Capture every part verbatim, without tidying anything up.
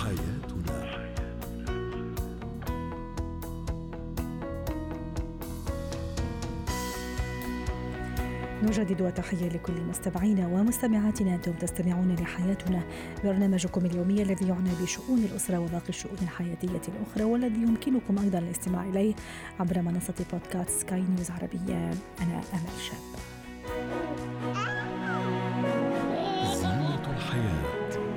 حياتنا. نجدد وتحية لكل مستمعينا ومستمعاتنا. أنتم تستمعون لحياتنا، برنامجكم اليومي الذي يعنى بشؤون الأسرة وباقي الشؤون الحياتية الأخرى، والذي يمكنكم أيضا الاستماع إليه عبر منصة بودكاست سكاي نيوز عربية. أنا أمل شاب. زينة الحياة.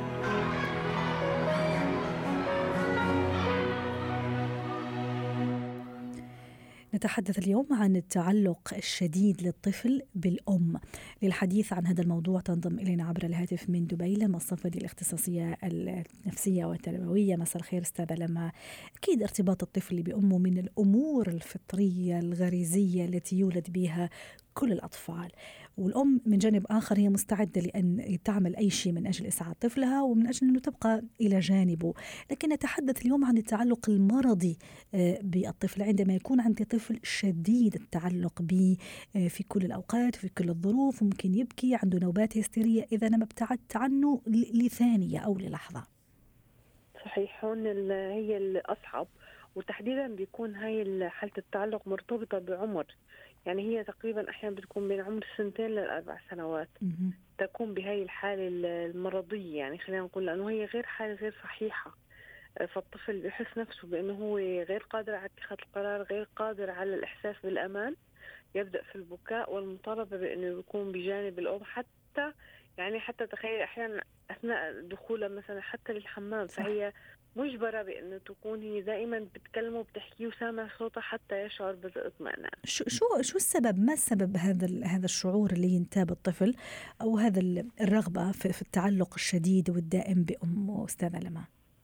نتحدث اليوم عن التعلق الشديد للطفل بالأم. للحديث عن هذا الموضوع تنضم إلينا عبر الهاتف من دبي لما الصفدي الاختصاصية النفسية والتربوية. مساء الخير أستاذة لما. أكيد ارتباط الطفل بأمه من الأمور الفطرية الغريزية التي يولد بها كل الأطفال، والأم من جانب آخر هي مستعدة لأن تعمل أي شيء من أجل إسعاد طفلها ومن أجل أنه تبقى إلى جانبه. لكن نتحدث اليوم عن التعلق المرضي بالطفل، عندما يكون عندي طفل شديد التعلق به في كل الأوقات في كل الظروف، ممكن يبكي، عنده نوبات هستيرية إذا أنا ابتعدت عنه لثانية أو للحظة. صحيح، هون هي الأصعب، وتحديدا بيكون هاي حالة التعلق مرتبطة بعمر. يعني هي تقريبا أحيانا بتكون بين عمر السنتين للأربع سنوات م- تكون بهاي الحالة المرضية. يعني خلينا نقول لأنه هي غير حالة غير صحيحة، فالطفل بيحس نفسه بأنه هو غير قادر على اتخاذ القرار، غير قادر على الإحساس بالأمان، يبدأ في البكاء والمطالبة بأنه يكون بجانب الأم. حتى يعني حتى تخيل أحيانا أثناء دخوله مثلا حتى للحمام، فهي مجبرة بأنه تكون هي دائما بتكلمه وبتحكيه وسامع صوته حتى يشعر بالاطمئنان. شو شو شو السبب؟ ما السبب هذا هذا الشعور اللي ينتاب الطفل أو هذا الرغبة في, في التعلق الشديد والدائم بأمه أستاذة لما؟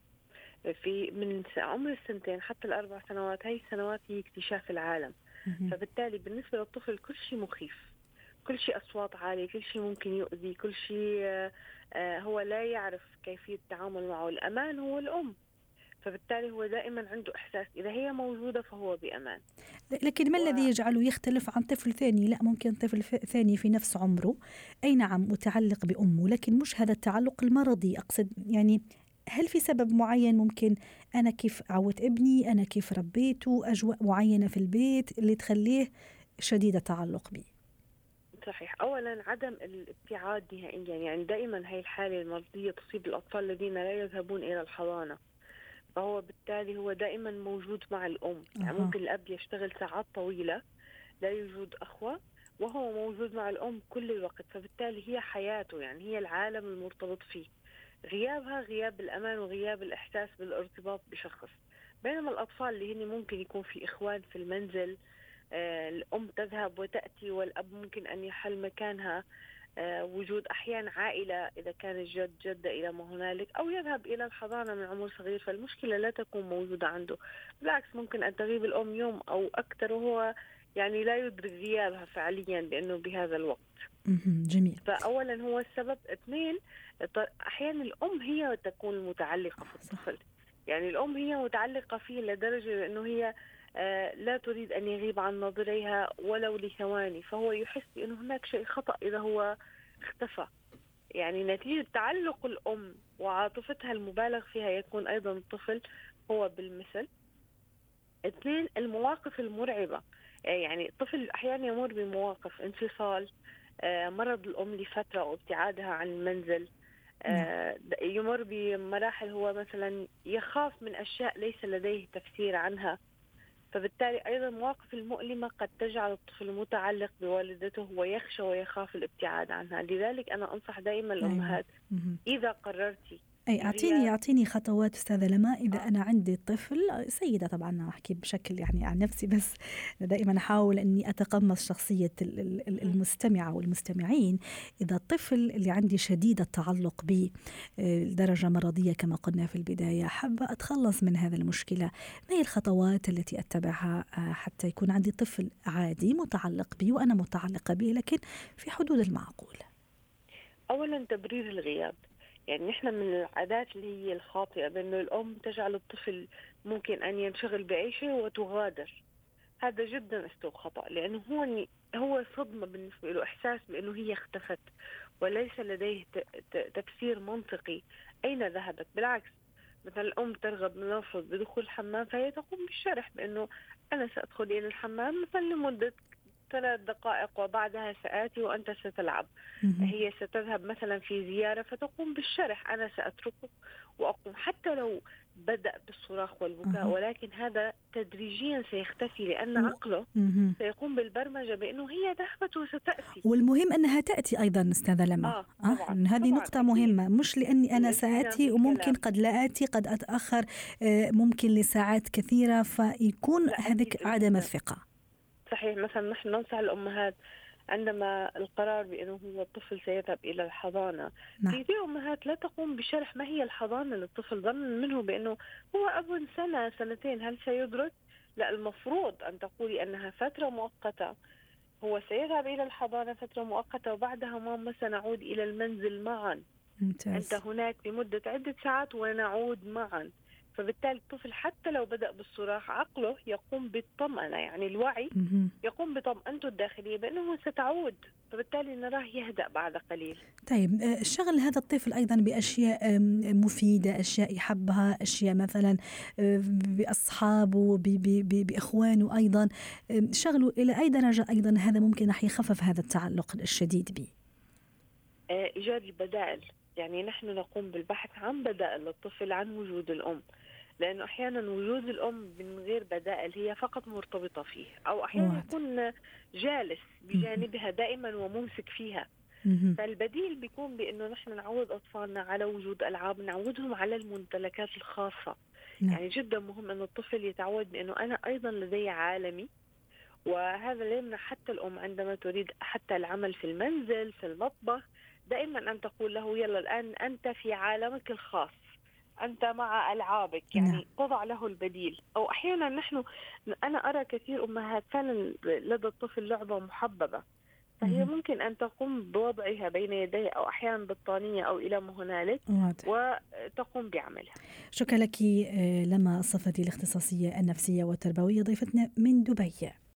في من عمر السنتين حتى الأربع سنوات، هاي السنوات هي اكتشاف العالم. م- فبالتالي بالنسبة للطفل كل شيء مخيف، كل شيء أصوات عالية، كل شيء ممكن يؤذي، كل شيء هو لا يعرف كيفية التعامل معه. الأمان هو الأم، فبالتالي هو دائما عنده إحساس إذا هي موجودة فهو بأمان. لكن ما و... الذي يجعله يختلف عن طفل ثاني؟ لا، ممكن طفل ثاني في نفس عمره أي نعم متعلق بأمه، لكن مش هذا التعلق المرضي. أقصد يعني هل في سبب معين؟ ممكن أنا كيف عودت ابني، أنا كيف ربيته، أجواء معينة في البيت اللي تخليه شديد التعلق بي. صحيح، أولا عدم الابتعاد نهائيا. يعني دائما هاي الحالة المرضية تصيب الأطفال الذين لا يذهبون إلى الحضانة، فهو بالتالي هو دائما موجود مع الأم. يعني أه. ممكن الأب يشتغل ساعات طويلة، لا يوجد أخوة، وهو موجود مع الأم كل الوقت، فبالتالي هي حياته، يعني هي العالم المرتبط فيه. غيابها غياب الأمان وغياب الإحساس بالارتباط بشخص. بينما الأطفال اللي هن ممكن يكون في إخوان في المنزل، آه الأم تذهب وتأتي والأب ممكن أن يحل مكانها، آه وجود أحيان عائلة إذا كان الجد جدة إلى ما هنالك، أو يذهب إلى الحضانة من عمر صغير، فالمشكلة لا تكون موجودة عنده. بالعكس، ممكن أن تغيب الأم يوم أو أكثر وهو يعني لا يدرك غيابها فعليا بأنه بهذا الوقت. جميل. فأولا هو السبب. اثنين، أحيانا الأم هي تكون متعلقة في الطفل. يعني الأم هي متعلقة فيه لدرجة أنه هي آه لا تريد أن يغيب عن نظرها ولو لثواني، فهو يحس بأنه هناك شيء خطأ إذا هو اختفى. يعني نتيجة تعلق الأم وعاطفتها المبالغ فيها يكون أيضا الطفل هو بالمثل. اثنين، المواقف المرعبة. يعني الطفل أحيانا يمر بمواقف انفصال، آه مرض الأم لفترة أو ابتعادها عن المنزل، آه يمر بمراحل هو مثلا يخاف من أشياء ليس لديه تفسير عنها، فبالتالي أيضا المواقف المؤلمة قد تجعل الطفل متعلق بوالدته ويخشى ويخاف الابتعاد عنها. لذلك أنا أنصح دائما الأمهات إذا قررتي أي أعطيني أعطيني خطوات أستاذة لما إذا آه. أنا عندي طفل، سيدة طبعا أنا أحكي بشكل يعني عن نفسي، بس دائما أحاول أني أتقمص شخصية المستمعة والمستمعين. إذا الطفل اللي عندي شديد التعلق به درجة مرضية كما قلنا في البداية، حابة أتخلص من هذا المشكلة، ما هي الخطوات التي أتبعها حتى يكون عندي طفل عادي متعلق بي وأنا متعلقة به لكن في حدود المعقول؟ أولا تبرير الغياب. يعني نحن من العادات اللي هي الخاطئة بأنه الأم تجعل الطفل ممكن أن ينشغل بعيشه وتغادر. هذا جدا أسلوب خطأ، لأنه هو هو صدمة بالنسبة له، إحساس بأنه هي اختفت وليس لديه تفسير منطقي أين ذهبت. بالعكس، مثلا الأم ترغب لنفرض بدخول الحمام، فهي تقوم بالشرح بأنه أنا سأدخل إلى الحمام مثلا لمدة ثلاث دقائق وبعدها سآتي وأنت ستلعب. مهم. هي ستذهب مثلا في زيارة فتقوم بالشرح، أنا سأتركك وأقوم، حتى لو بدأ بالصراخ والبكاء، أها. ولكن هذا تدريجيا سيختفي لأن و- عقله مهم. سيقوم بالبرمجة بأنه هي ذهبت وستأتي. والمهم أنها تأتي أيضا أستاذة لما. آه آه طبعا هذه طبعا نقطة أكيد. مهمة، مش لأني أنا الالتزام سآتي وممكن بالكلام. قد لا آتي، قد أتأخر آه، ممكن لساعات كثيرة، فيكون لا هذيك أكيد عدم الالتزام الثقة. صحيح. مثلا نحن ننصح الأمهات عندما القرار بأنه هو الطفل سيذهب إلى الحضانة، نعم. في كثير أمهات لا تقوم بشرح ما هي الحضانة للطفل، ظنا منه بأنه هو أب سنة سنتين هل سيدرك؟ لا، المفروض أن تقولي أنها فترة مؤقتة، هو سيذهب إلى الحضانة فترة مؤقتة وبعدها ماما سنعود إلى المنزل معا، ممتاز. أنت هناك لمدة عدة ساعات ونعود معا. فبالتالي الطفل حتى لو بدأ بالصراخ عقله يقوم بالطمأنة، يعني الوعي مهم. يقوم بطمأنته الداخلية بأنه ستعود، فبالتالي نراه يهدأ بعد قليل. طيب آه، شغل هذا الطفل أيضا بأشياء آم، مفيدة، أشياء يحبها، أشياء مثلا آه، بأصحابه ب- ب- ب- بإخوانه أيضا، آم، شغله إلى أي درجة أيضا هذا ممكن رح يخفف هذا التعلق الشديد به؟ آه، إيجاد البدائل، يعني نحن نقوم بالبحث عن بدائل للطفل عن وجود الأم، لأنه أحيانا وجود الأم من غير بدائل هي فقط مرتبطة فيه، أو أحيانا واضح. يكون جالس بجانبها دائما وممسك فيها. مهم. فالبديل بيكون بأنه نحن نعود أطفالنا على وجود ألعاب، نعودهم على الممتلكات الخاصة. نعم. يعني جدا مهم أن الطفل يتعود بأنه أنا أيضا لدي عالمي، وهذا لا يمنع حتى الأم عندما تريد حتى العمل في المنزل في المطبخ دائما أن تقول له يلا الآن أنت في عالمك الخاص، أنت مع ألعابك، يعني نعم. تضع له البديل. أو أحيانا نحن أنا أرى كثير أمهات فعلا لدى الطفل لعبة محببة، فهي مهم. ممكن أن تقوم بوضعها بين يديه أو أحيانا بالطانية أو إلى ما هنالك واضح. وتقوم بعملها. شكرا لك آه، لما الصفدي الاختصاصية النفسية والتربوية ضيفتنا من دبي.